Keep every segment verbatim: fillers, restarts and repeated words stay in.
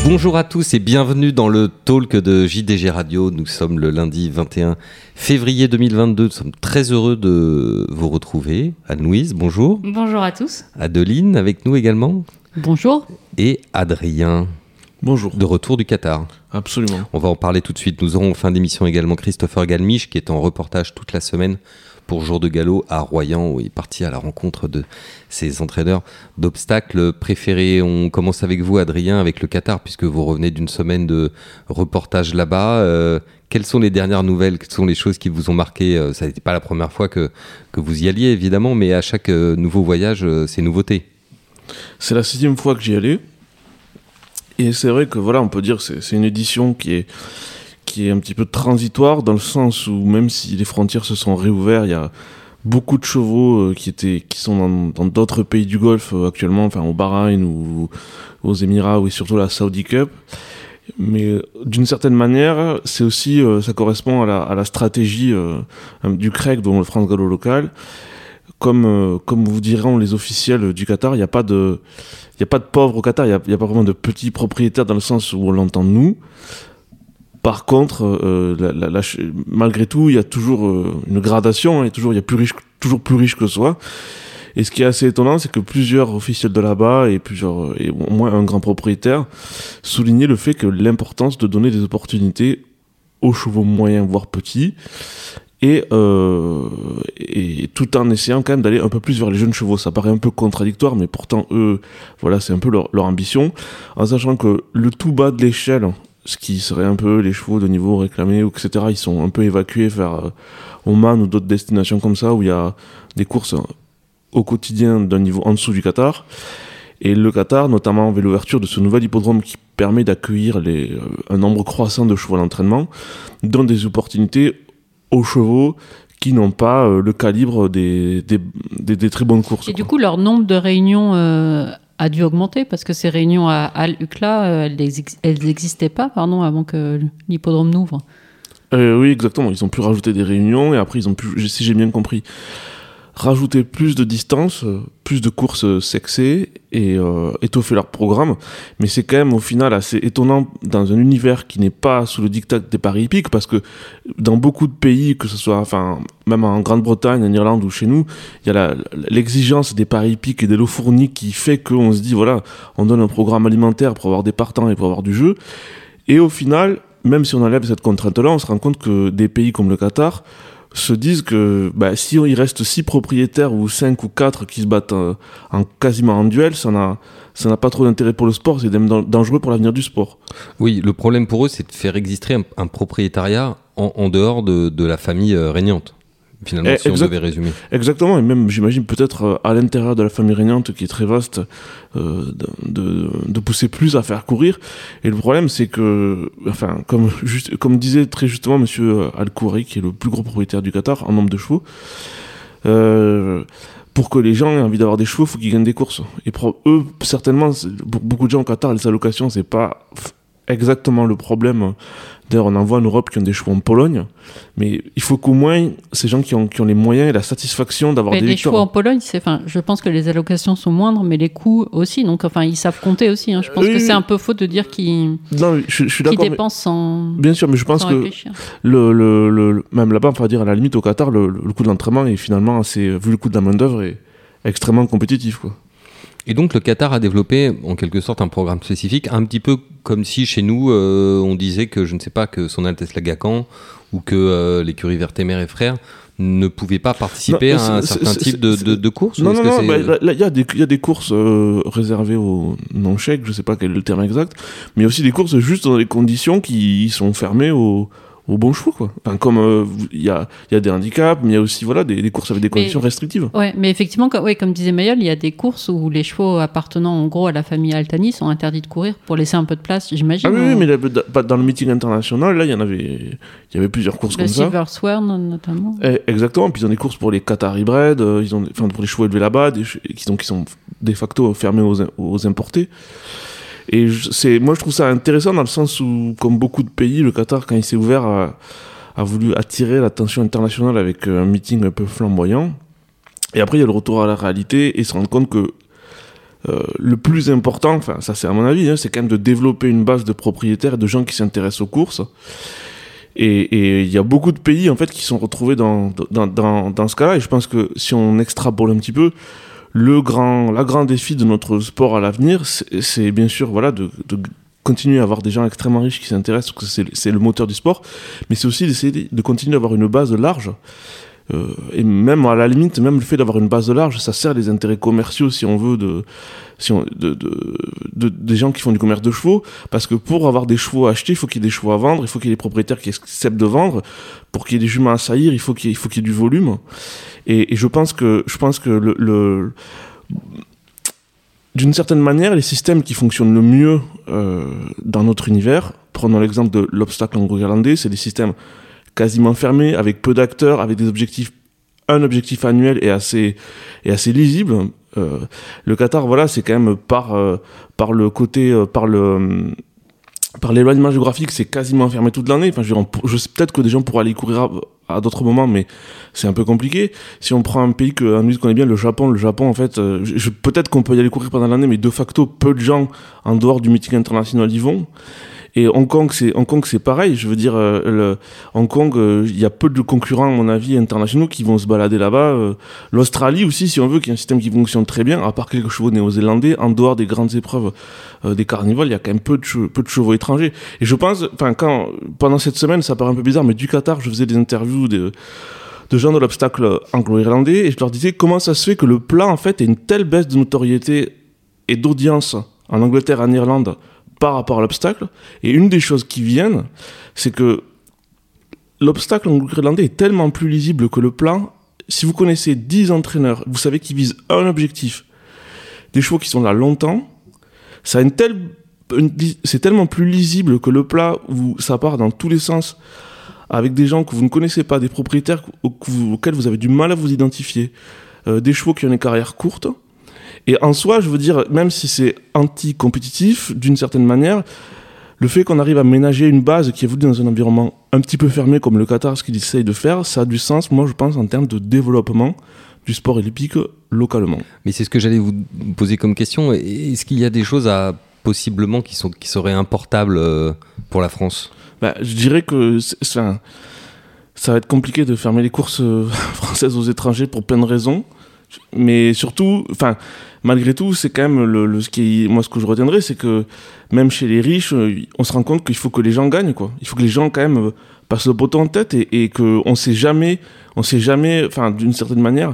Bonjour à tous et bienvenue dans le talk de J D G Radio. Nous sommes le lundi vingt et un février deux mille vingt-deux. Nous sommes très heureux de vous retrouver. Anne-Louise, bonjour. Bonjour à tous. Adeline, avec nous également. Bonjour. Et Adrien. Bonjour. De retour du Qatar. Absolument. On va en parler tout de suite. Nous aurons en fin d'émission également Christopher Galmiche qui est en reportage toute la semaine pour Jour de Galop à Royan, où il est parti à la rencontre de ses entraîneurs d'obstacles préférés. On commence avec vous, Adrien, avec le Qatar, puisque vous revenez d'une semaine de reportage là-bas. Euh, quelles sont les dernières nouvelles? Quelles sont les choses qui vous ont marqué? euh, Ça n'était pas la première fois que, que vous y alliez, évidemment, mais à chaque euh, nouveau voyage, euh, c'est nouveauté. C'est la sixième fois que j'y allais. Et c'est vrai que, voilà, on peut dire que c'est, c'est une édition qui est... qui est un petit peu transitoire, dans le sens où même si les frontières se sont réouvertes, il y a beaucoup de chevaux euh, qui, étaient, qui sont dans, dans d'autres pays du Golfe euh, actuellement, enfin au Bahreïn ou aux Émirats, ou surtout la Saudi Cup. Mais euh, d'une certaine manière, c'est aussi, euh, ça correspond à la, à la stratégie euh, du C R E C, dont le France Gallo Local. Comme, euh, comme vous diront les officiels du Qatar, il n'y a pas de, il n'y a pas de pauvres au Qatar, il n'y a, il y a pas vraiment de petits propriétaires dans le sens où on l'entend nous. Par contre, euh, la, la, la, malgré tout, il y a toujours euh, une gradation, hein, toujours, il y a plus riche, toujours plus riche que soi. Et ce qui est assez étonnant, c'est que plusieurs officiels de là-bas et plusieurs, et au moins un grand propriétaire, soulignaient le fait que l'importance de donner des opportunités aux chevaux moyens, voire petits, et, euh, et tout en essayant quand même d'aller un peu plus vers les jeunes chevaux. Ça paraît un peu contradictoire, mais pourtant eux, voilà, c'est un peu leur, leur ambition, en sachant que le tout bas de l'échelle, ce qui serait un peu les chevaux de niveau réclamés, et cetera, ils sont un peu évacués vers euh, Oman ou d'autres destinations comme ça, où il y a des courses au quotidien d'un niveau en dessous du Qatar. Et le Qatar, notamment avec l'ouverture de ce nouvel hippodrome qui permet d'accueillir les, euh, un nombre croissant de chevaux à l'entraînement, donne des opportunités aux chevaux qui n'ont pas euh, le calibre des, des, des, des très bonnes courses. Et quoi. du coup, leur nombre de réunions euh, a dû augmenter, parce que ces réunions à Al-Uqla, euh, elles n'existaient pas pardon, avant que l'hippodrome n'ouvre. Euh, oui, exactement. Ils ont pu rajouter des réunions et après, ils ont pu, si j'ai bien compris, rajouter plus de distance, plus de courses sexées et euh, étoffer leur programme. Mais c'est quand même au final assez étonnant dans un univers qui n'est pas sous le diktat des paris hippiques, parce que dans beaucoup de pays, que ce soit enfin même en Grande-Bretagne, en Irlande ou chez nous, il y a la, l'exigence des paris hippiques et des lots fournis qui fait qu'on se dit voilà, on donne un programme alimentaire pour avoir des partants et pour avoir du jeu. Et au final, même si on enlève cette contrainte-là, on se rend compte que des pays comme le Qatar se disent que bah, si il reste six propriétaires ou cinq ou quatre qui se battent euh, en, quasiment en duel, ça n'a, ça n'a pas trop d'intérêt pour le sport, c'est même dangereux pour l'avenir du sport. Oui, le problème pour eux, c'est de faire exister un, un propriétariat en, en dehors de, de la famille euh, régnante. Finalement, et si exact, on devait résumer. Exactement, et même, j'imagine, peut-être euh, à l'intérieur de la famille régnante, qui est très vaste, euh, de, de, de pousser plus à faire courir. Et le problème, c'est que, enfin, comme, juste, comme disait très justement monsieur Al-Khouri, qui est le plus gros propriétaire du Qatar en nombre de chevaux, euh, pour que les gens aient envie d'avoir des chevaux, il faut qu'ils gagnent des courses. Et pour eux, certainement, pour beaucoup de gens au Qatar, les allocations, c'est pas exactement le problème. D'ailleurs, on en voit en Europe qui ont des chevaux en Pologne, mais il faut qu'au moins ces gens qui ont, qui ont les moyens et la satisfaction d'avoir mais des les victoires. Les chevaux en Pologne, c'est, enfin, je pense que les allocations sont moindres, mais les coûts aussi. Donc, enfin, ils savent compter aussi. Hein. Je pense euh, que c'est un peu faux de dire qu'ils, non, je, je suis d'accord, qu'ils dépensent sans. Bien sûr, mais je pense que le, le, le, même là-bas, on va dire à la limite au Qatar, le, le coût de l'entraînement est finalement assez, vu le coût de la main d'œuvre, est extrêmement compétitif, quoi. Et donc le Qatar a développé en quelque sorte un programme spécifique, un petit peu comme si chez nous euh, on disait que je ne sais pas que Son Altesse l'Aga Khan ou que euh, l'écurie Vertemer et Frères ne pouvaient pas participer non, à un certain c'est, type de, de, de courses. Non, non, non, il bah, y, y a des courses euh, réservées aux non-chèques, je ne sais pas quel est le terme exact, mais il y a aussi des courses juste dans des conditions qui sont fermées aux aux bons chevaux, quoi. Enfin, comme il euh, y, a, y a des handicaps, mais il y a aussi voilà, des, des courses avec des conditions mais, restrictives. Ouais, mais effectivement, comme, ouais, comme disait Mayol, il y a des courses où les chevaux appartenant en gros à la famille Altani sont interdits de courir pour laisser un peu de place, j'imagine. Ah oui, ou... oui, mais là, dans le meeting international, là, il y en avait, il y avait plusieurs courses le comme Silver ça. Swan, notamment. Et, exactement. Puis ils ont des courses pour les Qatari Bred, euh, ils ont, enfin, pour les chevaux élevés là-bas, des, qui, donc, qui sont de facto fermés aux, aux importés. Et je, c'est, moi, je trouve ça intéressant dans le sens où, comme beaucoup de pays, le Qatar, quand il s'est ouvert à a voulu attirer l'attention internationale avec un meeting un peu flamboyant. Et après, il y a le retour à la réalité et se rendre compte que euh, le plus important, enfin ça c'est à mon avis, hein, c'est quand même de développer une base de propriétaires et de gens qui s'intéressent aux courses. Et il y a beaucoup de pays en fait qui sont retrouvés dans, dans, dans, dans ce cas-là. Et je pense que si on extrapole un petit peu, le grand, la grand défi de notre sport à l'avenir, c'est, c'est bien sûr voilà, de, de continuer à avoir des gens extrêmement riches qui s'intéressent, parce que c'est, c'est le moteur du sport, mais c'est aussi d'essayer de continuer à avoir une base large. Euh, et même à la limite, même le fait d'avoir une base large, ça sert les intérêts commerciaux, si on veut, de, si on, de, de, de, des gens qui font du commerce de chevaux, parce que pour avoir des chevaux à acheter, il faut qu'il y ait des chevaux à vendre, il faut qu'il y ait des propriétaires qui acceptent de vendre, pour qu'il y ait des juments à saillir, il faut qu'il y ait, il faut qu'il y ait du volume. Et, et je pense que, je pense que le, le, d'une certaine manière, les systèmes qui fonctionnent le mieux euh, dans notre univers, prenons l'exemple de l'obstacle anglo-irlandais, c'est des systèmes quasiment fermé, avec peu d'acteurs, avec des objectifs, un objectif annuel et assez, et assez lisible. Euh, le Qatar, voilà, c'est quand même par, euh, par le côté, euh, par le, euh, par l'éloignement géographique, c'est quasiment fermé toute l'année. Enfin, je, je sais peut-être que des gens pourraient aller courir à, à d'autres moments, mais c'est un peu compliqué. Si on prend un pays que Anne-Louise connaît bien, le Japon, le Japon, en fait, euh, je, peut-être qu'on peut y aller courir pendant l'année, mais de facto, peu de gens en dehors du meeting international y vont. Et Hong Kong, c'est Hong Kong, c'est pareil. Je veux dire, euh, le, Hong Kong, il euh, y a peu de concurrents, à mon avis, internationaux qui vont se balader là-bas. Euh, L'Australie aussi, si on veut, qui est un système qui fonctionne très bien, à part quelques chevaux néo-zélandais, en dehors des grandes épreuves euh, des carnivals, il y a quand même peu de, che- peu de chevaux étrangers. Et je pense, enfin, quand pendant cette semaine, ça paraît un peu bizarre, mais du Qatar, je faisais des interviews de, de gens de l'obstacle anglo-irlandais, et je leur disais comment ça se fait que le plat, en fait, ait une telle baisse de notoriété et d'audience en Angleterre, en Irlande, par rapport à l'obstacle. Et une des choses qui viennent, c'est que l'obstacle anglo-irlandais est tellement plus lisible que le plan. Si vous connaissez dix entraîneurs, vous savez qu'ils visent un objectif, des chevaux qui sont là longtemps, ça a une telle, une, c'est tellement plus lisible que le plat où ça part dans tous les sens, avec des gens que vous ne connaissez pas, des propriétaires auxquels vous avez du mal à vous identifier, euh, des chevaux qui ont des carrières courtes. Et en soi, je veux dire, même si c'est anti-compétitif, d'une certaine manière, le fait qu'on arrive à ménager une base qui évolue dans un environnement un petit peu fermé comme le Qatar, ce qu'il essaye de faire, ça a du sens, moi je pense, en termes de développement du sport hippique localement. Mais c'est ce que j'allais vous poser comme question. Est-ce qu'il y a des choses à, possiblement qui, sont, qui seraient importables euh, pour la France ? Bah, je dirais que c'est, c'est un, ça va être compliqué de fermer les courses euh, françaises aux étrangers pour plein de raisons. Mais surtout, enfin, malgré tout, c'est quand même le, le ce qui, moi, ce que je retiendrai, c'est que même chez les riches, on se rend compte qu'il faut que les gens gagnent, quoi. Il faut que les gens quand même passent le botton en tête et, et que on sait jamais, on sait jamais, enfin, d'une certaine manière,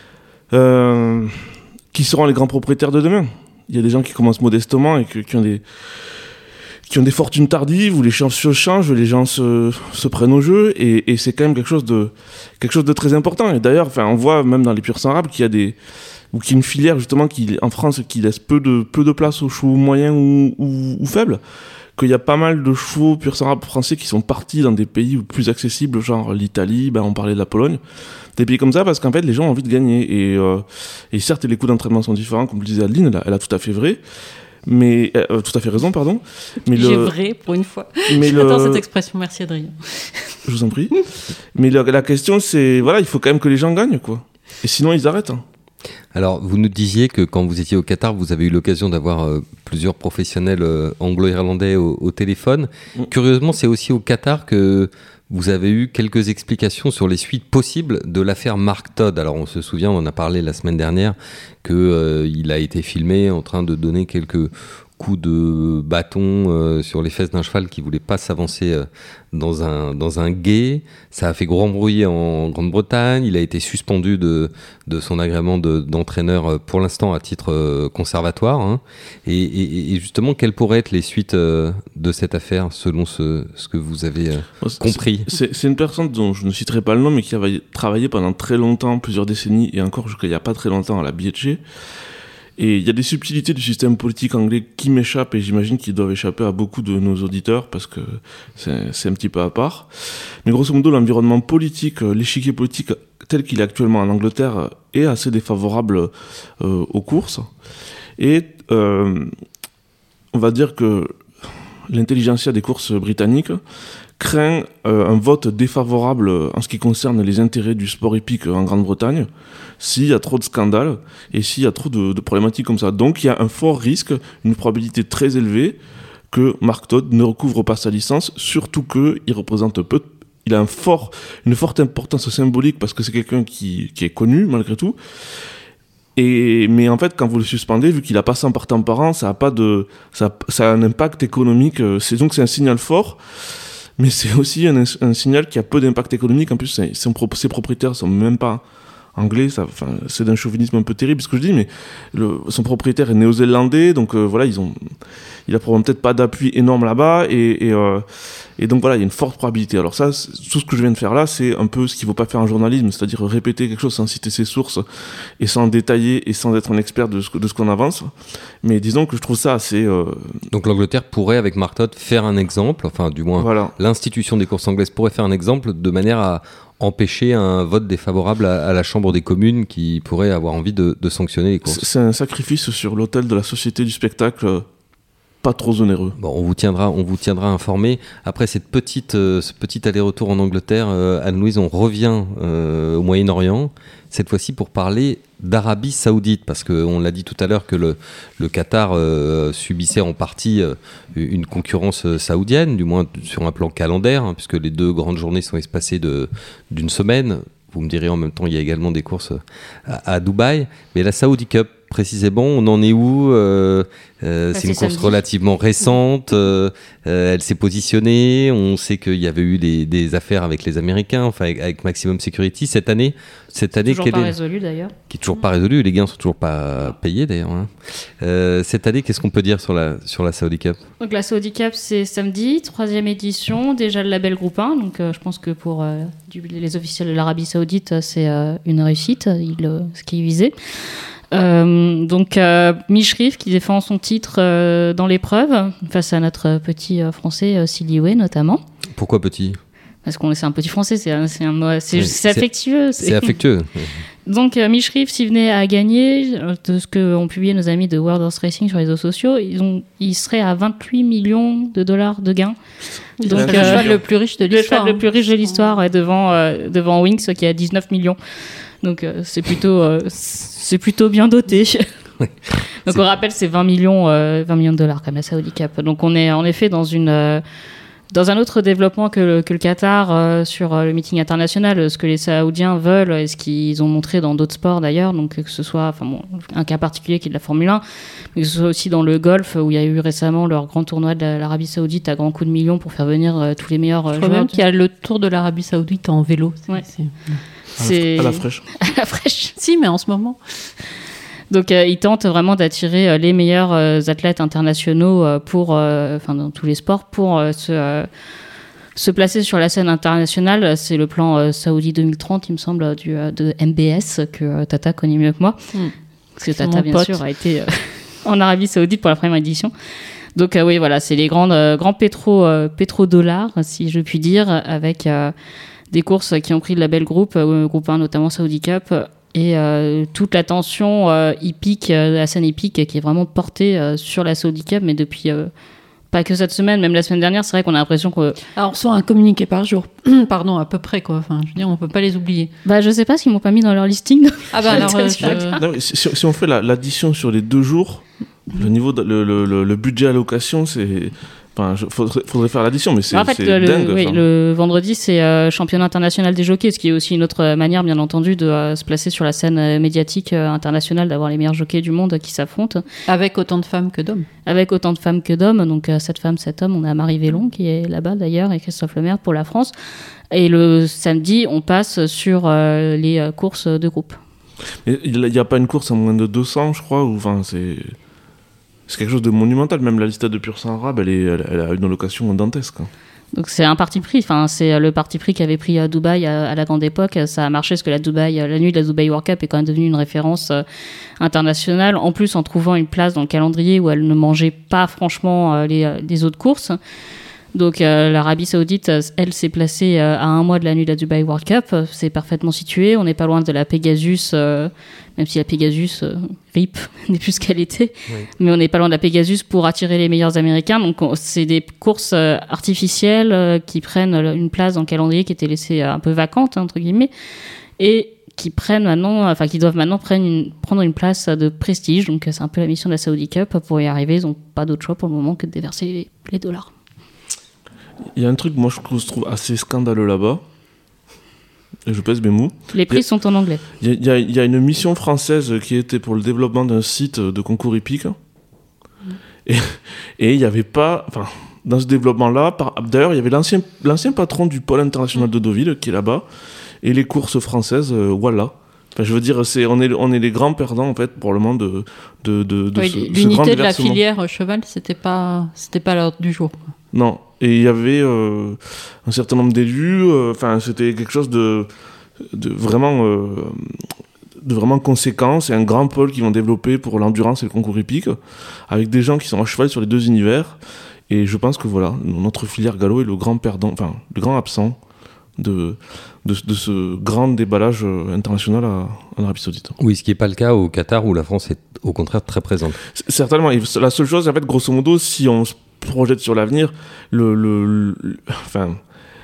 euh, qui seront les grands propriétaires de demain. Il y a des gens qui commencent modestement et que, qui ont des qui ont des fortunes tardives, où les choses se changent, les gens se, se prennent au jeu, et, et c'est quand même quelque chose de, quelque chose de très important. Et d'ailleurs, enfin, on voit même dans les purs sang rable qu'il y a des, ou qu'il y a une filière justement qui, en France, qui laisse peu de, peu de place aux chevaux moyens ou, ou, ou faibles, qu'il y a pas mal de chevaux purs sang rable français qui sont partis dans des pays plus accessibles, genre l'Italie, ben on parlait de la Pologne, des pays comme ça, parce qu'en fait, les gens ont envie de gagner. Et, euh, et certes, les coûts d'entraînement sont différents, comme le disait Adeline, elle a, elle a tout à fait vrai. Mais euh, tout à fait raison, pardon. Mais J'ai le... vrai pour une fois. Mais J'adore le... cette expression. Merci Adrien. Je vous en prie. Mais la, la question, c'est voilà, il faut quand même que les gens gagnent, quoi. Et sinon, ils arrêtent. Hein. Alors, vous nous disiez que quand vous étiez au Qatar, vous avez eu l'occasion d'avoir euh, plusieurs professionnels euh, anglo-irlandais au, au téléphone. Mm. Curieusement, c'est aussi au Qatar que vous avez eu quelques explications sur les suites possibles de l'affaire Mark Todd. Alors, on se souvient, on en a parlé la semaine dernière, qu'il euh, a été filmé en train de donner quelques coups de bâton euh, sur les fesses d'un cheval qui voulait pas s'avancer euh, dans un dans un gué. Ça a fait grand bruit en Grande-Bretagne. Il a été suspendu de de son agrément de, d'entraîneur euh, pour l'instant à titre euh, conservatoire. Hein. Et, et, et justement, quelles pourraient être les suites euh, de cette affaire selon ce ce que vous avez euh, bon, compris? C'est, c'est une personne dont je ne citerai pas le nom, mais qui a travaillé pendant très longtemps, plusieurs décennies, et encore jusqu'à il y a pas très longtemps à la B H G. Et il y a des subtilités du système politique anglais qui m'échappent, et j'imagine qu'ils doivent échapper à beaucoup de nos auditeurs, parce que c'est, c'est un petit peu à part. Mais grosso modo, l'environnement politique, l'échiquier politique tel qu'il est actuellement en Angleterre est assez défavorable euh, aux courses. Et euh, on va dire que l'intelligentsia des courses britanniques, craint euh, un vote défavorable en ce qui concerne les intérêts du sport hippique en Grande-Bretagne s'il y a trop de scandales et s'il y a trop de, de problématiques comme ça. Donc il y a un fort risque, une probabilité très élevée que Mark Todd ne recouvre pas sa licence, surtout qu'il représente peu, il a un fort, une forte importance symbolique parce que c'est quelqu'un qui, qui est connu malgré tout. Et, mais en fait, quand vous le suspendez, vu qu'il a pas cent partants par an, ça a pas de, ça, ça a un impact économique. C'est donc c'est un signal fort, mais c'est aussi un, un signal qui a peu d'impact économique. En plus, c'est, c'est, ses propriétaires sont même pas anglais. Ça, enfin, c'est d'un chauvinisme un peu terrible ce que je dis, mais le, son propriétaire est néo-zélandais, donc euh, voilà, ils ont, il a probablement peut-être pas d'appui énorme là-bas, et, et euh, Et donc voilà, il y a une forte probabilité. Alors ça, tout ce que je viens de faire là, c'est un peu ce qu'il ne faut pas faire en journalisme, c'est-à-dire répéter quelque chose sans citer ses sources et sans détailler et sans être un expert de ce, de ce qu'on avance. Mais disons que je trouve ça assez... Euh... Donc l'Angleterre pourrait, avec Mark Todd, faire un exemple, enfin du moins voilà. L'institution des courses anglaises pourrait faire un exemple de manière à empêcher un vote défavorable à, à la Chambre des communes qui pourrait avoir envie de, de sanctionner les courses. C'est un sacrifice sur l'autel de la société du spectacle pas trop onéreux. Bon, on vous tiendra, on vous tiendra informé. Après cette petite, euh, ce petit aller-retour en Angleterre, euh, Anne-Louise, on revient euh, au Moyen-Orient, cette fois-ci pour parler d'Arabie Saoudite, parce qu'on l'a dit tout à l'heure que le, le Qatar euh, subissait en partie euh, une concurrence saoudienne, du moins sur un plan calendaire, hein, puisque les deux grandes journées sont espacées de, d'une semaine. Vous me direz, en même temps, il y a également des courses à, à Dubaï. Mais la Saudi Cup, précisément, on en est où euh, euh, C'est une course samedi. relativement récente. Euh, euh, elle s'est positionnée. On sait qu'il y avait eu des, des affaires avec les Américains, enfin avec, avec Maximum Security cette année. Cette année, toujours pas est... résolu d'ailleurs. Qui est toujours pas résolu. Les gains sont toujours pas payés d'ailleurs. Hein. Euh, cette année, qu'est-ce qu'on peut dire sur la sur la Saudi Cup ? Donc la Saudi Cup, c'est samedi, troisième édition, déjà le label groupe un. Donc euh, je pense que pour euh, du, les officiels de l'Arabie Saoudite, c'est euh, une réussite, il, euh, ce qui est visé. Euh, donc euh, Mishrif qui défend son titre euh, dans l'épreuve face à notre petit euh, français euh, Silioué notamment. Pourquoi petit ? Parce qu'on c'est un petit français, c'est un, c'est un mot, c'est, oui, c'est affectueux. C'est, c'est affectueux. Donc euh, Mishrif s'y venait à gagner, de ce que ont publié nos amis de World Horse Racing sur les réseaux sociaux, ils ont, ils seraient à vingt-huit millions de dollars de gains. Donc euh, le cheval le plus riche de l'histoire. Le cheval le plus riche de l'histoire, ouais, devant euh, devant Winx qui a dix-neuf millions. Donc euh, c'est plutôt euh, c'est plutôt bien doté. Oui. Donc c'est... on rappelle c'est vingt millions euh, vingt millions de dollars comme la Saudi Cup. Donc on est en effet dans une euh, dans un autre développement que le, que le Qatar euh, sur euh, le meeting international, ce que les Saoudiens veulent et ce qu'ils ont montré dans d'autres sports d'ailleurs, donc que ce soit enfin bon, un cas particulier qui est de la Formule un, mais que ce soit aussi dans le golf où il y a eu récemment leur grand tournoi de l'Arabie Saoudite à grands coups de millions pour faire venir euh, tous les meilleurs euh, joueurs. Même qu'il y a le tour de l'Arabie Saoudite en vélo. C'est, ouais. c'est... C'est... À la fraîche. À la fraîche. Si, mais en ce moment. Donc, euh, ils tentent vraiment d'attirer euh, les meilleurs euh, athlètes internationaux euh, pour, euh, enfin, dans tous les sports, pour euh, se, euh, se placer sur la scène internationale. C'est le plan euh, Saoudi deux mille trente, il me semble, du, euh, de M B S, que euh, Tata connaît mieux que moi. Mm. Parce que Tata, bien pote. sûr, a été euh, en Arabie Saoudite pour la première édition. Donc, euh, oui, voilà, c'est les grandes, euh, grands pétro, euh, pétrodollars, si je puis dire, avec... Euh, des courses qui ont pris le label groupe, euh, groupe un notamment Saudi Cup, et euh, toute l'attention euh, hippique, euh, la scène hippique qui est vraiment portée euh, sur la Saudi Cup, mais depuis euh, pas que cette semaine, même la semaine dernière, c'est vrai qu'on a l'impression que... Alors, on reçoit un communiqué par jour, pardon, à peu près, quoi. Enfin, je veux dire, on peut pas les oublier. Bah, je sais pas s'ils m'ont pas mis dans leur listing. Ah bah alors... Euh, je... non, si, si on fait la, l'addition sur les deux jours, le niveau, de, le, le, le budget allocation, c'est... Enfin, il faudrait, faudrait faire l'addition, mais c'est, en fait, c'est le, dingue. Oui, le vendredi, c'est euh, championnat international des jockeys, ce qui est aussi une autre manière, bien entendu, de euh, se placer sur la scène euh, médiatique euh, internationale, d'avoir les meilleurs jockeys du monde qui s'affrontent. Avec autant de femmes que d'hommes. Avec autant de femmes que d'hommes. Donc, euh, sept femmes, sept hommes. On a Marie Vélon qui est là-bas, d'ailleurs, et Christophe Lemaire pour la France. Et le samedi, on passe sur euh, les euh, courses de groupe. Il n'y a pas une course à moins de deux cents, je crois, ou enfin, c'est... C'est quelque chose de monumental. Même la liste de Pur Sang Arabe, elle, est, elle, elle a une allocation dantesque. Donc c'est un parti pris. Enfin, c'est le parti pris qu'avait pris à Dubaï à, à la grande époque. Ça a marché parce que la, Dubaï, la nuit de la Dubaï World Cup est quand même devenue une référence euh, internationale. En plus, en trouvant une place dans le calendrier où elle ne mangeait pas franchement euh, les, les autres courses. Donc euh, l'Arabie Saoudite, elle, s'est placée euh, à un mois de la nuit de la Dubai World Cup. C'est parfaitement situé. On n'est pas loin de la Pegasus, euh, même si la Pegasus, euh, R I P, n'est plus ce qu'elle était. Oui. Mais on n'est pas loin de la Pegasus pour attirer les meilleurs Américains. Donc on, c'est des courses euh, artificielles euh, qui prennent une place dans le calendrier qui était laissée euh, un peu vacante, entre guillemets, et qui prennent maintenant, enfin qui doivent maintenant prendre une, prendre une place de prestige. Donc c'est un peu la mission de la Saudi Cup. Pour y arriver, ils n'ont pas d'autre choix pour le moment que de déverser les, les dollars. Il y a un truc, moi, je trouve assez scandaleux là-bas. Et je pèse mes mots. Les prix a, sont en anglais. Il y, a, il y a une mission française qui était pour le développement d'un site de concours hippique. Mmh. Et, et il n'y avait pas... Enfin, dans ce développement-là, par, d'ailleurs, il y avait l'ancien, l'ancien patron du pôle international mmh. de Deauville qui est là-bas. Et les courses françaises, euh, voilà. Enfin, je veux dire, c'est, on, est, on est les grands perdants, en fait, pour le moment de, de, de, de oui, ce, l'unité ce grand de la filière cheval, c'était pas, c'était pas l'ordre du jour. Non. Et il y avait euh, un certain nombre d'élus, enfin, euh, c'était quelque chose de, de, vraiment, euh, de vraiment conséquent. C'est un grand pôle qu'ils vont développer pour l'endurance et le concours hippique, avec des gens qui sont à cheval sur les deux univers. Et je pense que voilà, notre filière gallo est le grand perdant, enfin, le grand absent de, de, de ce grand déballage international à, en Arabie Saoudite. Oui, ce qui n'est pas le cas au Qatar, où la France est au contraire très présente. C- certainement. Et la seule chose, en fait, grosso modo, si on se projette sur l'avenir, le, le, le, enfin,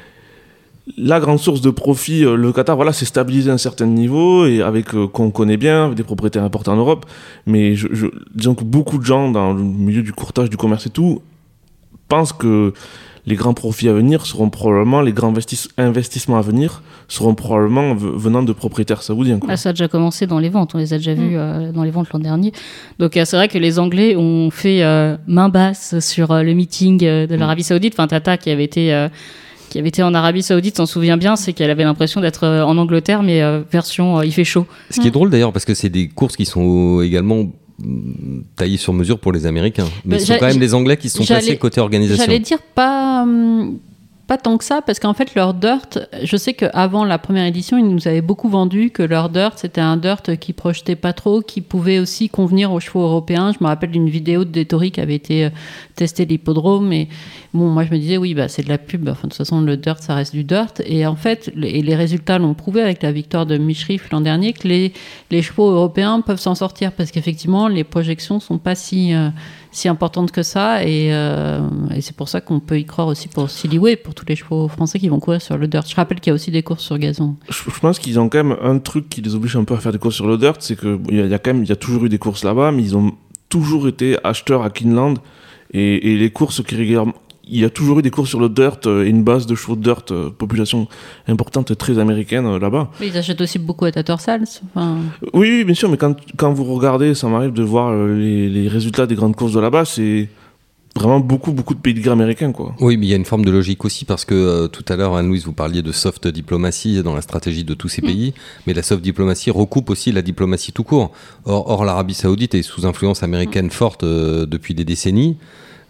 la grande source de profit, le Qatar, voilà, c'est stabilisé à un certain niveau, et avec, euh, qu'on connaît bien, avec des propriétaires importants en Europe, mais je, je, disons que beaucoup de gens dans le milieu du courtage, du commerce et tout, pensent que les grands profits à venir seront probablement, les grands investis- investissements à venir seront probablement v- venant de propriétaires saoudiens. Quoi. Ah, ça a déjà commencé dans les ventes, on les a déjà vus mmh. euh, dans les ventes l'an dernier. Donc euh, c'est vrai que les Anglais ont fait euh, main basse sur euh, le meeting euh, de l'Arabie Saoudite. Enfin, Tata qui avait été... Euh, qui avait été en Arabie Saoudite, s'en souvient bien, c'est qu'elle avait l'impression d'être euh, en Angleterre, mais euh, version euh, il fait chaud. Ce qui mmh. est drôle d'ailleurs, parce que c'est des courses qui sont également taillés sur mesure pour les Américains. Mais bah, ce sont quand même les Anglais qui se sont placés côté organisation. J'allais dire pas, hum, pas tant que ça, parce qu'en fait, leur dirt, je sais qu'avant la première édition, ils nous avaient beaucoup vendu que leur dirt, c'était un dirt qui projetait pas trop, qui pouvait aussi convenir aux chevaux européens. Je me rappelle d'une vidéo de Dettori qui avait été euh, testée l'hippodrome, et bon, moi je me disais, oui, bah, c'est de la pub, enfin, de toute façon, le dirt, ça reste du dirt. Et en fait, les, les résultats l'ont prouvé avec la victoire de Mishrif l'an dernier, que les, les chevaux européens peuvent s'en sortir, parce qu'effectivement, les projections sont pas si, euh, si importantes que ça, et, euh, et c'est pour ça qu'on peut y croire aussi pour Silly-Way, pour tous les chevaux français qui vont courir sur le dirt. Je rappelle qu'il y a aussi des courses sur gazon. Je, je pense qu'ils ont quand même un truc qui les oblige un peu à faire des courses sur le dirt, c'est qu'il y, y a quand même, il y a toujours eu des courses là-bas, mais ils ont toujours été acheteurs à Keeneland, et, et les courses qui régulièrement... Il y a toujours eu des courses sur le dirt et une base de chevaux de dirt, euh, population importante, très américaine euh, là-bas. Mais ils achètent aussi beaucoup à Tattersall. Enfin... Oui, oui, bien sûr, mais quand, quand vous regardez, ça m'arrive de voir euh, les, les résultats des grandes courses de là-bas, c'est vraiment beaucoup, beaucoup de pédigrés américains, quoi. Oui, mais il y a une forme de logique aussi, parce que euh, tout à l'heure, Anne-Louise, vous parliez de soft diplomatie dans la stratégie de tous ces mmh. pays, mais la soft diplomatie recoupe aussi la diplomatie tout court. Or, or l'Arabie Saoudite est sous influence américaine mmh. forte euh, depuis des décennies.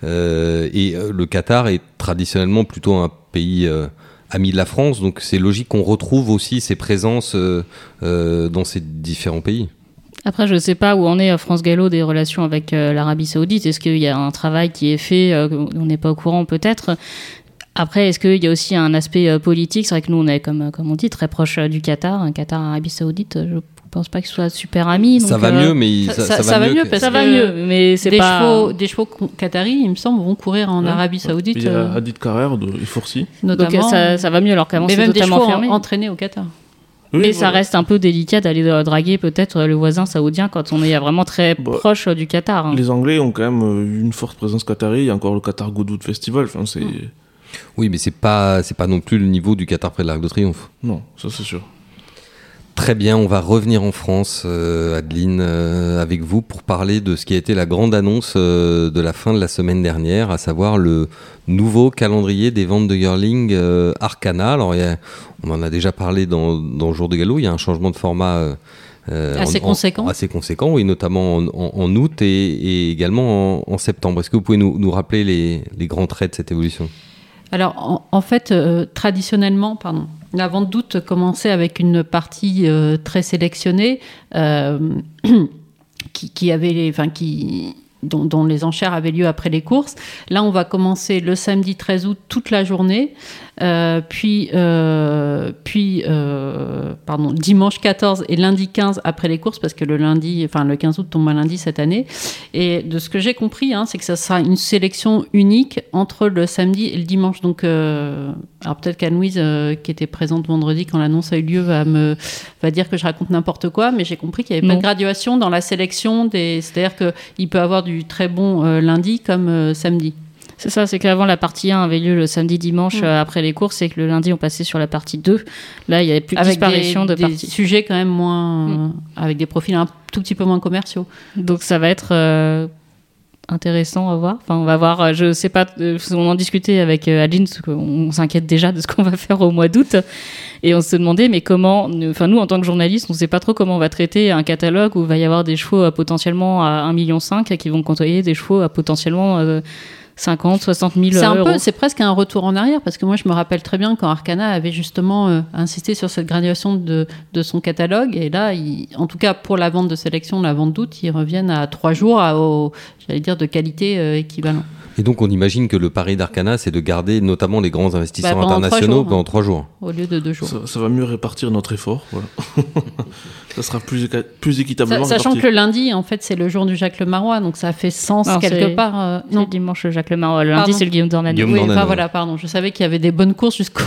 Euh, et euh, le Qatar est traditionnellement plutôt un pays euh, ami de la France, donc c'est logique qu'on retrouve aussi ses présences euh, euh, dans ces différents pays. Après, je ne sais pas où en est France Gallo des relations avec euh, l'Arabie Saoudite. Est-ce qu'il y a un travail qui est fait, euh, on n'est pas au courant peut-être. Après, est-ce qu'il y a aussi un aspect euh, politique? C'est vrai que nous, on est, comme, comme on dit, très proche euh, du Qatar, un Qatar-Arabie Saoudite. Je Je pense pas qu'ils soient super amis. Ça donc, va euh, mieux, mais ça, ça, ça, ça, ça va, va mieux, mieux parce ça que va mieux, mais c'est des pas chevaux, des chevaux qataris, il me semble, vont courir en ouais, Arabie Saoudite. Il y a Hadid Carrère de Forcy. Donc ça, ça va mieux alors qu'avant c'est totalement fermé. Mais même des chevaux entraînés au Qatar. Oui, mais voilà. ça reste un peu délicat d'aller draguer peut-être le voisin saoudien quand on est vraiment très bah, proche du Qatar. Hein. Les Anglais ont quand même une forte présence qatari. Il y a encore le Qatar Goodwood Festival. Enfin, c'est... Mmh. Oui, mais c'est pas, c'est pas non plus le niveau du Qatar près de l'Arc de Triomphe. Non, ça c'est sûr. Très bien, on va revenir en France, euh, Adeline, euh, avec vous pour parler de ce qui a été la grande annonce euh, de la fin de la semaine dernière, à savoir le nouveau calendrier des ventes de yearling euh, Arcana. Alors, y a, on en a déjà parlé dans, dans Jour de Galop, il y a un changement de format euh, assez, en, conséquent. En, assez conséquent, oui, notamment en, en, en août et, et également en, en septembre. Est-ce que vous pouvez nous, nous rappeler les, les grands traits de cette évolution ? Alors, en, en fait, euh, traditionnellement, pardon, la vente d'août commençait avec une partie euh, très sélectionnée euh, qui, qui avait les, enfin, qui, dont, dont les enchères avaient lieu après les courses. Là, on va commencer le samedi treize août toute la journée, euh, puis, euh, puis euh, pardon, dimanche quatorze et lundi quinze après les courses, parce que le lundi, enfin le quinze août tombe un lundi cette année. Et de ce que j'ai compris, hein, c'est que ça sera une sélection unique entre le samedi et le dimanche. Donc, euh, alors peut-être qu'Anne-Louise, euh, qui était présente vendredi quand l'annonce a eu lieu, va me va dire que je raconte n'importe quoi, mais j'ai compris qu'il n'y avait Non. pas de graduation dans la sélection des. C'est-à-dire qu'il peut avoir du très bon euh, lundi comme euh, samedi. C'est ça, c'est qu'avant la partie un avait lieu le samedi dimanche Mm. euh, après les courses et que le lundi on passait sur la partie deux. Là, il n'y avait plus de Avec disparition des, de des parties. sujets quand même moins. Mm. euh, avec des profils un tout petit peu moins commerciaux. Donc ça va être euh, intéressant à voir. Enfin, on va voir, euh, je sais pas, euh, on en discutait avec euh, Adeline, parce qu'on on s'inquiète déjà de ce qu'on va faire au mois d'août. Et on se demandait, mais comment, enfin nous en tant que journalistes, on ne sait pas trop comment on va traiter un catalogue où il va y avoir des chevaux à potentiellement à un virgule cinq million qui vont côtoyer des chevaux à potentiellement euh, cinquante, soixante mille C'est un euros. peu, c'est presque un retour en arrière, parce que moi je me rappelle très bien quand Arcana avait justement euh, insisté sur cette graduation de, de son catalogue, et là, il- en tout cas pour la vente de sélection, la vente d'août, ils reviennent à trois jours, à, au, j'allais dire, de qualité euh, équivalent. Et donc on imagine que le pari d'Arcana, c'est de garder notamment les grands investisseurs Bah, pendant trois internationaux jours, hein. pendant trois jours. Au lieu de deux jours. Ça, ça va mieux répartir notre effort. Voilà. Ça sera plus, éca- plus équitablement Sa- Sachant réparti. que le lundi, en fait, c'est le jour du Jacques Le Marois, donc ça fait sens Non, quelque c'est- part. euh, C'est non, le dimanche Jacques Le Marois. Le lundi, Pardon. c'est le Guillaume Dornano. Guillaume oui, Dornano, enfin ouais. voilà, pardon. Je savais qu'il y avait des bonnes courses jusqu'au.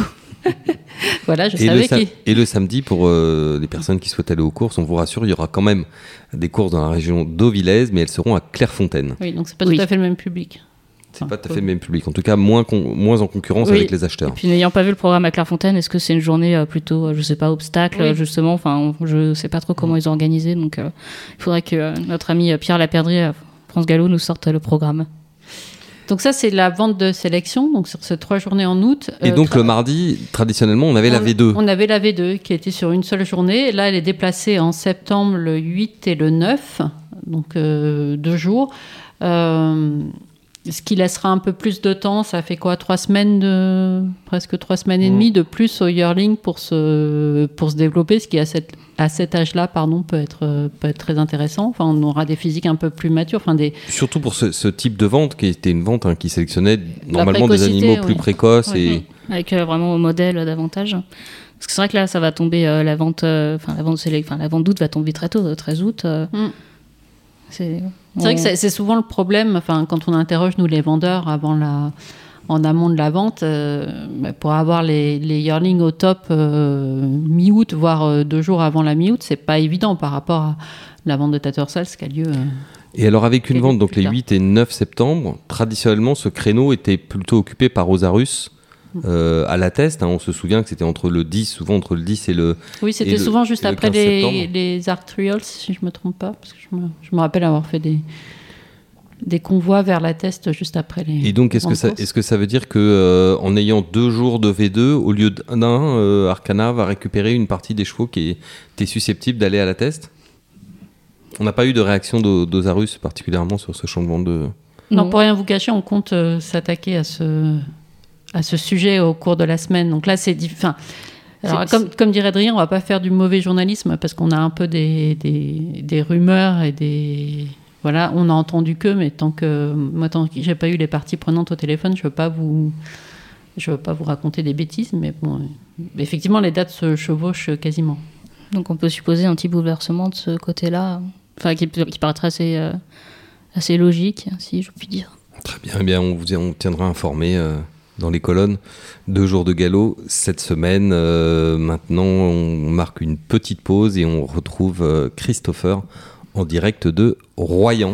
Voilà, je Et le, savais sa- qu'il. et le samedi, pour euh, les personnes qui souhaitent aller aux courses, on vous rassure, il y aura quand même des courses dans la région d'Auvillaise, mais elles seront à Clairefontaine. Oui, donc c'est pas Oui. tout à fait le même public. C'est Enfin, pas tout à fait le même public, en tout cas moins, con- moins en concurrence Oui. avec les acheteurs. Et puis n'ayant pas vu le programme à Clairefontaine, est-ce que c'est une journée euh, plutôt, euh, je sais pas, obstacle, Oui. euh, justement, enfin, on- je sais pas trop comment ils ont organisé, donc euh, il faudrait que euh, notre ami euh, Pierre Laperdrie, à France Gallo, nous sorte euh, le programme. Donc ça, c'est la vente de sélection, donc sur ces trois journées en août. Et euh, donc tra- le mardi, traditionnellement, on avait la on- V deux. On avait la V deux qui était sur une seule journée. Là, elle est déplacée en septembre le huit et le neuf, donc euh, deux jours. Euh, ce qui laissera un peu plus de temps, ça fait quoi, trois semaines de presque trois semaines et Mmh. demie de plus au yearling pour se pour se développer, ce qui à cet à cet âge-là, pardon, peut être euh, peut être très intéressant. Enfin, on aura des physiques un peu plus matures, enfin des Surtout pour ce, ce type de vente qui était une vente hein, qui sélectionnait normalement des précocité, animaux plus oui. précoces. Oui, et... oui. Avec euh, vraiment au modèle euh, davantage. Parce que c'est vrai que là, ça va tomber, euh, la vente, euh, enfin la vente, sélec- enfin, la vente d'août va tomber très tôt, le treize août. euh, Mm. c'est C'est vrai on- que c'est, c'est souvent le problème, enfin, quand on interroge, nous, les vendeurs, avant la, en amont de la vente, euh, bah, pour avoir les, les yearlings au top euh, mi-août, voire euh, deux jours avant la mi-août, c'est pas évident par rapport à la vente de Tattersall, qui a lieu... euh, Et alors avec une Et vente plus donc les tard. huit et neuf septembre, traditionnellement ce créneau était plutôt occupé par Osarus euh, à la test. Hein. On se souvient que c'était entre le dix, souvent entre le dix et le... Oui, c'était Et le- souvent juste et le après quinze les, septembre. les Arctrials, si je me trompe pas, parce que je me, je me rappelle avoir fait des, des convois vers la test juste après les... Et donc est-ce que, grandes ça, courses. est-ce que ça veut dire que euh, en ayant deux jours de V deux, au lieu d'un, euh, Arcana va récupérer une partie des chevaux qui étaient susceptibles d'aller à la test? On n'a pas eu de réaction d'O- d'Osarus particulièrement sur ce changement de... Non, Non. pour rien vous cacher, on compte euh, s'attaquer à ce, à ce sujet au cours de la semaine. Donc là, c'est... diff- Enfin, alors, C'est- comme, comme dirait Adrien, on va pas faire du mauvais journalisme parce qu'on a un peu des, des, des rumeurs et des... Voilà, on a entendu que, mais tant que... Moi, tant que j'ai pas eu les parties prenantes au téléphone, je veux pas vous... Je veux pas vous raconter des bêtises, mais bon... euh, Effectivement, les dates se chevauchent quasiment. Donc on peut supposer un petit bouleversement de ce côté-là, enfin qui, qui paraîtrait assez, euh, assez logique, si je puis dire. Très bien, eh bien on vous on tiendra informé euh, dans les colonnes. Deux jours de galop cette semaine. Euh, maintenant, on marque une petite pause et on retrouve euh, Christopher en direct de Royan.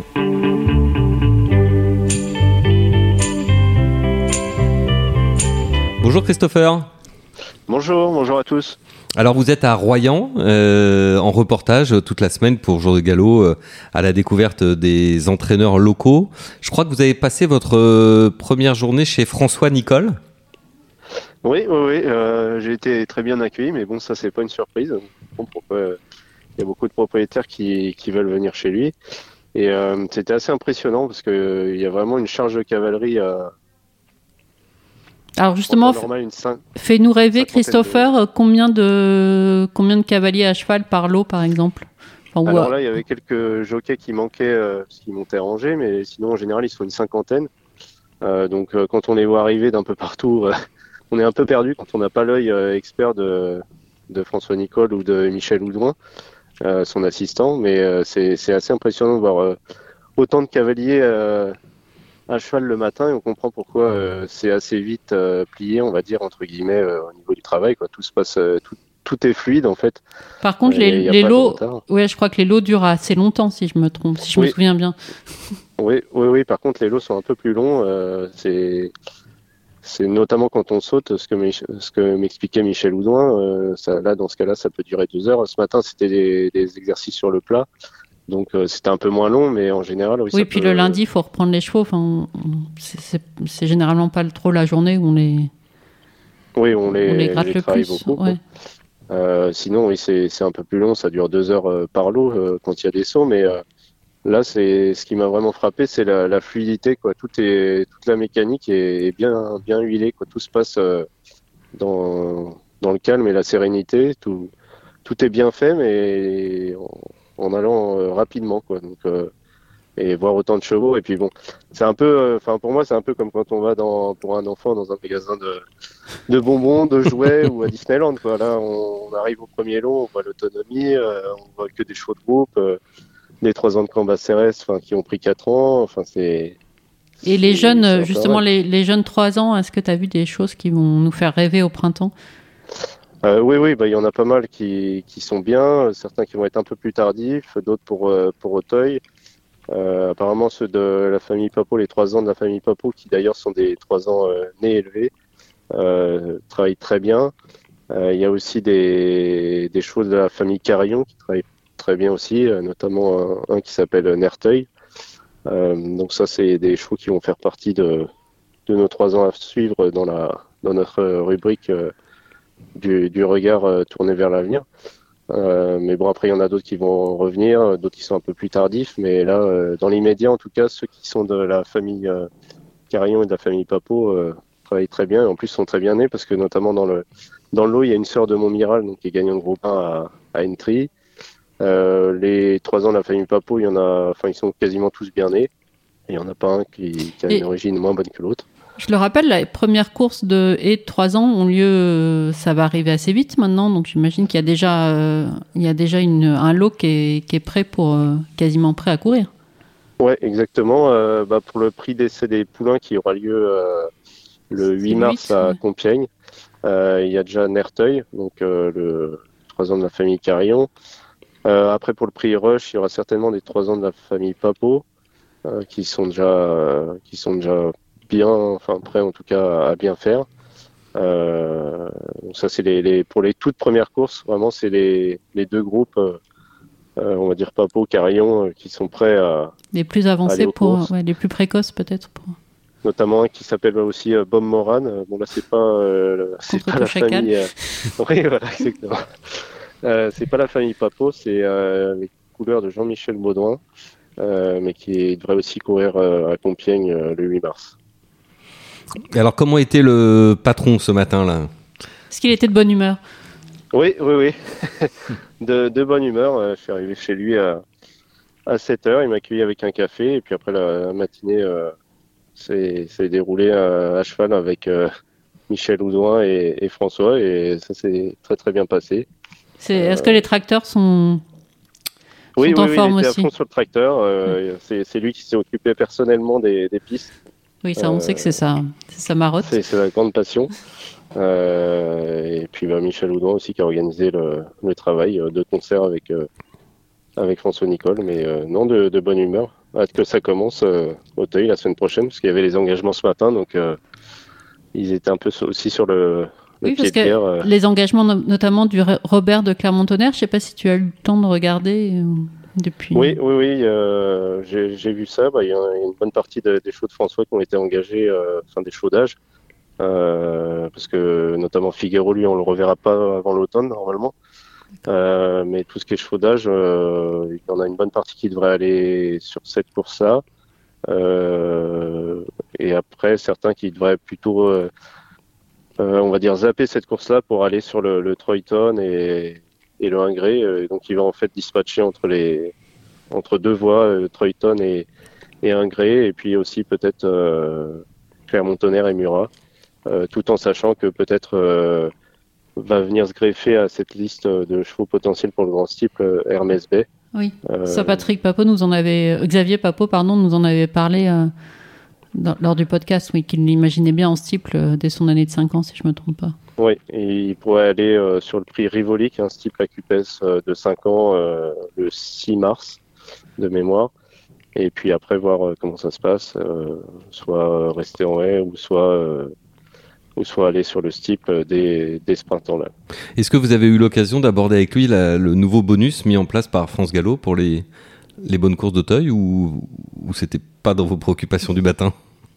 Bonjour Christopher. Bonjour, bonjour à tous. Alors vous êtes à Royan euh, en reportage euh, toute la semaine pour Jour de Galop euh, à la découverte des entraîneurs locaux. Je crois que vous avez passé votre euh, première journée chez François Nicole. Oui, oui, oui, euh, j'ai été très bien accueilli, mais bon, ça c'est pas une surprise. Bon, pourquoi, euh, il y a beaucoup de propriétaires qui, qui veulent venir chez lui. Et euh, c'était assez impressionnant parce qu'il y a vraiment une charge de cavalerie à... Alors justement, en normal, une cin- fais-nous rêver, cinquantaine de- Christopher, euh, combien de, combien de cavaliers à cheval par lot, par exemple? Enfin, Alors ou- là, il y avait quelques jockeys qui manquaient euh, parce qu'ils montaient rangés, mais sinon, en général, ils sont une cinquantaine. Euh, donc, euh, quand on les voit arriver d'un peu partout, euh, on est un peu perdu quand on n'a pas l'œil euh, expert de, de François Nicole ou de Michel Houdouin, euh, son assistant. Mais euh, c'est, c'est assez impressionnant de voir euh, autant de cavaliers euh, à cheval le matin et on comprend pourquoi euh, c'est assez vite euh, plié, on va dire, entre guillemets, euh, au niveau du travail, quoi. Tout se passe, euh, tout, tout est fluide, en fait. Par contre, Il les, n'y a, y a les pas de lots, retard. ouais, je crois que les lots durent assez longtemps, si je me trompe, si je me Oui. souviens bien. Oui, oui, oui. Par contre, les lots sont un peu plus longs. euh, c'est, c'est notamment quand on saute, ce que, Mich- ce que m'expliquait Michel Houdouin. Euh, ça, là, dans ce cas-là, ça peut durer deux heures. Ce matin, c'était des, des exercices sur le plat. Donc, euh, c'était un peu moins long, mais en général, oui, Oui, ça puis peut... le lundi, il faut reprendre les chevaux. Enfin, on- on- c'est- c'est c'est généralement pas le- trop la journée où on les, Oui, on les, on les gratte les le travaille plus. beaucoup, quoi. Ouais. Euh, sinon, oui, c'est, c'est un peu plus long. Ça dure deux heures euh, par lot euh, quand il y a des sauts. Mais euh, là, c'est ce qui m'a vraiment frappé, c'est la, la fluidité, quoi. Tout est, toute la mécanique est, est bien, bien huilée, quoi. Tout se passe euh, dans, dans le calme et la sérénité. Tout, tout est bien fait, mais en, en allant euh, rapidement, quoi. Donc, euh, et voir autant de chevaux. Et puis bon, c'est un peu, enfin pour moi, c'est un peu comme quand on va dans, pour un enfant dans un magasin de, de bonbons, de jouets ou à Disneyland, quoi. Là, on, on arrive au premier lot, on voit l'autonomie, euh, on voit que des chevaux de groupe, euh, des trois ans de Cambacérès, enfin qui ont pris quatre ans. Enfin, c'est. Et les c'est- jeunes, c'est un peu justement, rare. les, les jeunes trois ans, est-ce que tu as vu des choses qui vont nous faire rêver au printemps? Euh, oui, oui, bah, il y en a pas mal qui, qui sont bien, certains qui vont être un peu plus tardifs, d'autres pour, euh, pour Auteuil. Euh, apparemment, ceux de la famille Papo, les trois ans de la famille Papo, qui d'ailleurs sont des trois ans euh, nés élevés, euh, travaillent très bien. Euh, il y a aussi des, des chevaux de la famille Carillon qui travaillent très bien aussi, euh, notamment un, un qui s'appelle Nerteuil. Euh, donc ça, c'est des chevaux qui vont faire partie de, de nos trois ans à suivre dans, la, dans notre rubrique euh, du, du regard euh, tourné vers l'avenir. Euh, mais bon, après, il y en a d'autres qui vont revenir, d'autres qui sont un peu plus tardifs. Mais là, euh, dans l'immédiat, en tout cas, ceux qui sont de la famille euh, Carillon et de la famille Papo euh, travaillent très bien. Et en plus, sont très bien nés parce que, notamment, dans le, dans le lot, il y a une sœur de Montmiral, donc, qui est gagnant de groupe un à, à Entry. Euh, les trois ans de la famille Papo, il y en a, enfin, ils sont quasiment tous bien nés. Et il n'y en a pas un qui, qui a Et- une origine moins bonne que l'autre. Je le rappelle, la première course de et de trois ans ont lieu, euh, ça va arriver assez vite maintenant, donc j'imagine qu'il y a déjà, euh, il y a déjà une, un lot qui est, qui est prêt pour, euh, quasiment prêt à courir. Ouais, exactement. Euh, bah, pour le prix d'essai des poulains qui aura lieu euh, le C'est huit le mars huit, à ouais. Compiègne, euh, il y a déjà Nerteuil, donc euh, le trois ans de la famille Carillon. Euh, après, pour le prix Rush, il y aura certainement des trois ans de la famille Papo euh, qui sont déjà, euh, qui sont déjà bien, enfin prêts en tout cas à bien faire. Euh, donc ça, c'est les, les, pour les toutes premières courses, vraiment, c'est les, les deux groupes, euh, euh, on va dire Papo, Carillon, euh, qui sont prêts à, Les plus aller avancés aux pour, courses. ouais, les plus précoces peut-être pour. Notamment un qui s'appelle aussi euh, Bob Moran. Euh, Bon là c'est pas euh, c'est Contre pas la tout chacal. famille. euh, Oui voilà exactement. Euh, c'est pas la famille Papo, c'est euh, les couleurs de Jean-Michel Baudouin, euh, mais qui devrait aussi courir euh, à Compiègne euh, le huit mars. Alors, comment était le patron ce matin-là? Est-ce qu'il était de bonne humeur? Oui oui oui. de, de bonne humeur. euh, je suis arrivé chez lui à, à sept heures. Il m'a accueilli avec un café et puis après la matinée euh, s'est s'est déroulée à, à cheval avec euh, Michel Houdouin et, et François et ça s'est très très bien passé. C'est, est-ce que les tracteurs sont, Oui, sont oui, en oui, forme il était à aussi? fond sur le tracteur. euh, c'est, c'est lui qui s'est occupé personnellement des, des pistes. Oui, ça, on Euh, sait que c'est ça, c'est sa marotte. C'est, c'est la grande passion. Euh, et puis bah, Michel Houdouin aussi qui a organisé le, le travail euh, de concert avec, euh, avec François Nicole. Mais euh, non, de, de bonne humeur. Hâte que ça commence euh, au Auteuil la semaine prochaine parce qu'il y avait les engagements ce matin. Donc euh, ils étaient un peu so- aussi sur le, le Oui, pied parce de guerre. euh. que les engagements, no- notamment du Re- Robert de Clermont-Tonnerre, je ne sais pas si tu as eu le temps de regarder euh, depuis. Oui, oui, oui, euh, j'ai, j'ai vu ça. Bah, il y a une bonne partie de- des chevaux de François qui ont été engagés, euh, enfin des chevaux d'âge, euh, parce que notamment Figaro, lui, on le reverra pas avant l'automne normalement. Euh, mais tout ce qui est chevaux d'âge, euh, il y en a une bonne partie qui devrait aller sur cette course-là. Euh, et après, certains qui devraient plutôt, euh, euh, on va dire, zapper cette course-là pour aller sur le, le Troyton et, et le Ingré. Euh, donc il va en fait dispatcher entre les entre deux voies, euh, Troyton et, et Ingré, et puis aussi peut-être euh, Clermont-Tonnerre et Murat, euh, tout en sachant que peut-être euh, va venir se greffer à cette liste de chevaux potentiels pour le grand steeple euh, Hermès Bay. Oui, Euh, ça Patrick Papot nous en avait, Xavier Papot pardon nous en avait parlé euh, dans- lors du podcast, oui, qu'il l'imaginait bien en steeple euh, dès son année de cinq ans, si je me trompe pas. Oui, et il pourrait aller euh, sur le prix Rivoli, qui est un steeple à Cupes euh, de cinq ans, euh, le six mars de mémoire. Et puis après, voir euh, comment ça se passe, euh, soit rester en haie ou soit, euh, ou soit aller sur le steeple dès, dès ce printemps-là. Est-ce que vous avez eu l'occasion d'aborder avec lui la- le nouveau bonus mis en place par France Gallo pour les, les bonnes courses d'Auteuil, ou, ou c'était pas dans vos préoccupations du matin?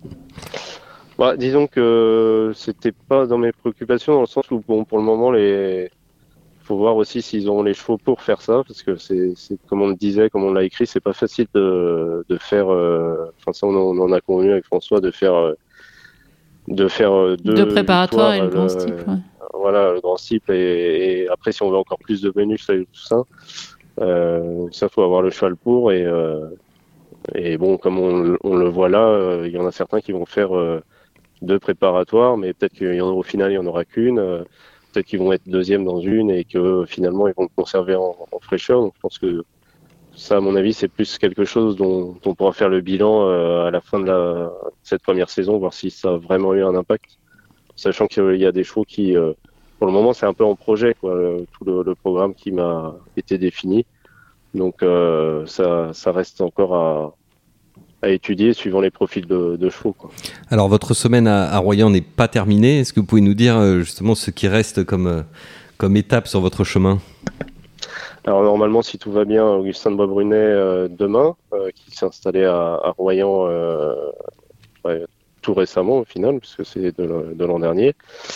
Bah, disons que c'était pas dans mes préoccupations, dans le sens où, bon, pour le moment, les faut voir aussi s'ils ont les chevaux pour faire ça, parce que c'est, c'est comme on le disait, comme on l'a écrit, c'est pas facile de, de faire. euh, Enfin, ça, on, en- on en a convenu avec François de faire euh, de faire euh, deux, Deux préparatoires victoires, et le grand euh, steeple. Ouais. Voilà, le grand steeple, et, et après, si on veut encore plus de bonus et tout ça, euh, ça faut avoir le cheval pour, et euh, et bon, comme on, on le voit là, euh, il y en a certains qui vont faire euh, deux préparatoires, mais peut-être qu'au final, il n'y en aura qu'une. euh, Peut-être qu'ils vont être deuxième dans une et que finalement, ils vont le conserver en, en fraîcheur. Donc, je pense que ça, à mon avis, c'est plus quelque chose dont, dont on pourra faire le bilan euh, à la fin de la, cette première saison, voir si ça a vraiment eu un impact. Sachant qu'il y a des chevaux qui, euh, pour le moment, c'est un peu en projet, quoi, le- tout le, le programme qui m'a été défini. Donc, euh, ça, ça reste encore à, à étudier suivant les profils de, de chevaux, quoi. Alors, votre semaine à, à Royan n'est pas terminée. Est-ce que vous pouvez nous dire euh, justement ce qui reste comme, euh, comme étape sur votre chemin? Alors normalement, si tout va bien, Augustin de Bois-Brunet euh, demain, euh, qui s'est installé à, à Royan euh, ouais, tout récemment au final, puisque c'est de, l'an- de l'an dernier.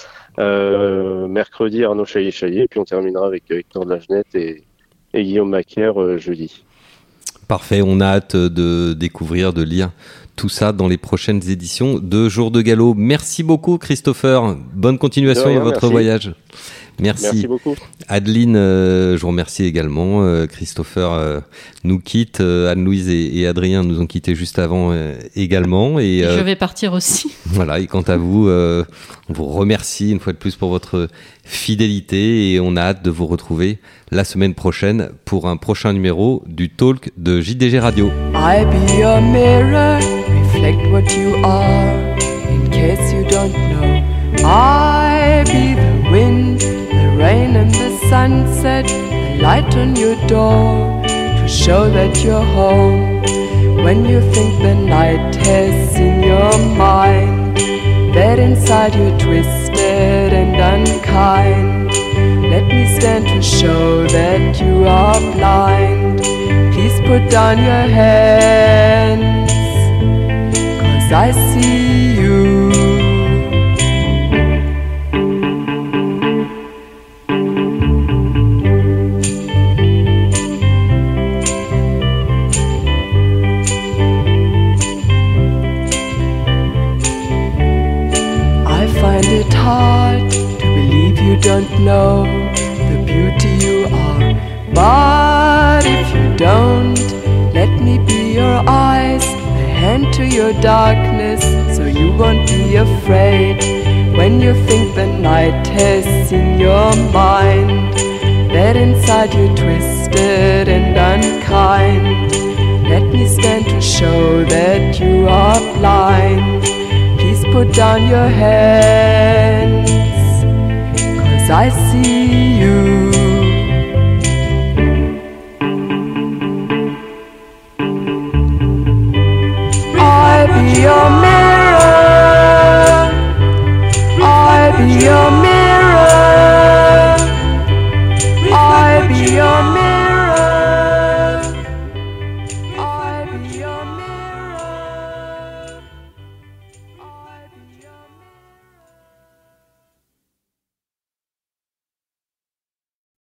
Euh, mercredi, Arnaud Chaillet-Chaillet, puis on terminera avec Hector Lagenette et, et Guillaume Macaire euh, jeudi. Parfait, on a hâte de découvrir, de lire tout ça dans les prochaines éditions de Jour de Galop. Merci beaucoup Christopher, bonne continuation De rien, dans votre merci. voyage. Merci. Merci beaucoup. Adeline, euh, je vous remercie également. Euh, Christopher euh, nous quitte, euh, Anne-Louise et, et Adrien nous ont quittés juste avant euh, également. Et, euh, Je vais partir aussi. Voilà, et quant à vous, euh, on vous remercie une fois de plus pour votre fidélité et on a hâte de vous retrouver la semaine prochaine pour un prochain numéro du Talk de J D G Radio. I be your mirror, reflect what you are, in case you don't know. I be the wind, the rain and the sunset, the light on your door, to show that you're home. When you think the night has seen your mind, that inside you're twisted and unkind. Let me stand to show that you are blind. Please put down your hands, 'cause I see you. I find it hard to believe you don't know the beauty you are. But if you don't, let me be your eyes, a hand to your darkness, so you won't be afraid. When you think the night has seen your mind, that inside you're twisted and unkind. Let me stand to show that you are blind. Please put down your hands, 'cause I see you. I be your